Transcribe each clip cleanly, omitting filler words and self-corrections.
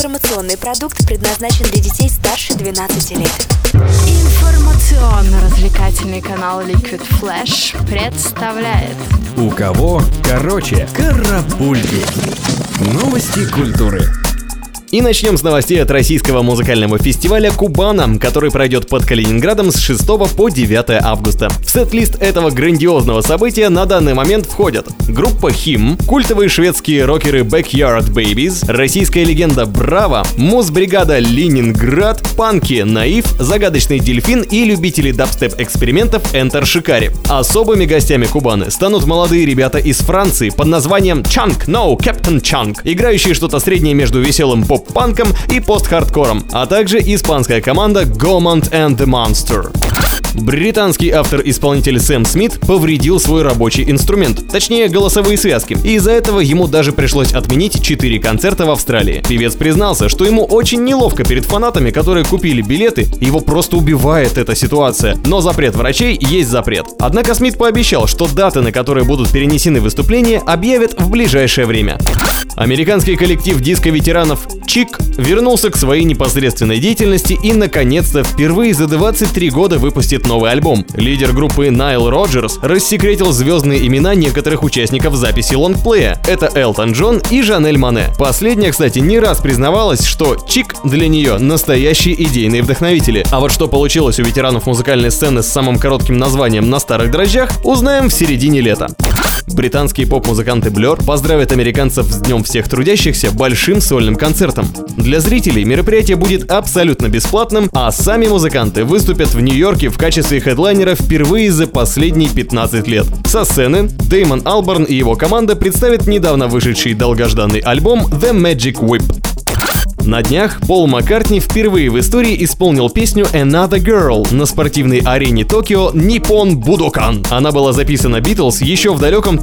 Информационный продукт предназначен для детей старше 12 лет. Информационно-развлекательный канал Liquid Flash представляет «У кого короче?» Карапульки. Новости культуры. И начнем с новостей от российского музыкального фестиваля «Кубана», который пройдет под Калининградом с 6 по 9 августа. В сет-лист этого грандиозного события на данный момент входят группа Him, культовые шведские рокеры Backyard Babies, российская легенда Браво, муз-бригада Ленинград, панки Наив, загадочный Дельфин и любители дабстеп-экспериментов Enter Shikari. Особыми гостями Кубаны станут молодые ребята из Франции под названием Chunk, No, Captain Chunk, играющие что-то среднее между веселым поп-панком и пост-хардкором, а также испанская команда Gaumont and the Monster. Британский автор-исполнитель Сэм Смит повредил свой рабочий инструмент, точнее голосовые связки, и из-за этого ему даже пришлось отменить 4 концерта в Австралии. Певец признался, что ему очень неловко перед фанатами, которые купили билеты, его просто убивает эта ситуация, но запрет врачей есть запрет. Однако Смит пообещал, что даты, на которые будут перенесены выступления, объявят в ближайшее время. Американский коллектив диско-ветеранов Чик вернулся к своей непосредственной деятельности и, наконец-то, впервые за 23 года выпустит новый альбом. Лидер группы Найл Роджерс рассекретил звездные имена некоторых участников записи лонгплея. Это Элтон Джон и Жанель Моне. Последняя, кстати, не раз признавалась, что Чик для нее настоящие идейные вдохновители. А вот что получилось у ветеранов музыкальной сцены с самым коротким названием «На старых дрожжах», узнаем в середине лета. Британские поп-музыканты Blur поздравят американцев с Днем всех трудящихся большим сольным концертом. Для зрителей мероприятие будет абсолютно бесплатным, а сами музыканты выступят в Нью-Йорке в качестве хедлайнера впервые за последние 15 лет. Со сцены Дэймон Алборн и его команда представят недавно вышедший долгожданный альбом The Magic Whip. На днях Пол Маккартни впервые в истории исполнил песню Another Girl на спортивной арене Токио Nippon Budokan. Она была записана Beatles еще в далеком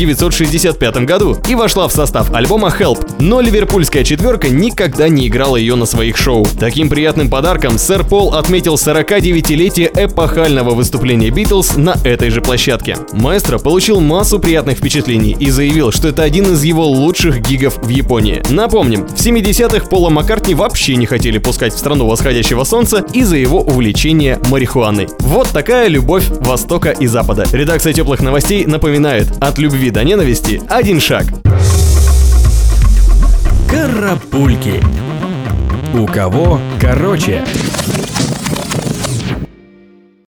1965 году и вошла в состав альбома Help, но ливерпульская четверка никогда не играла ее на своих шоу. Таким приятным подарком сэр Пол отметил 49-летие эпохального выступления Beatles на этой же площадке. Маэстро получил массу приятных впечатлений и заявил, что это один из его лучших гигов в Японии. Напомним, в 70-х Пола Маккартни вообще не хотели пускать в страну восходящего солнца из-за его увлечения марихуаной. Вот такая любовь Востока и Запада. Редакция теплых новостей напоминает: от любви до ненависти один шаг. Карапульки. У кого короче?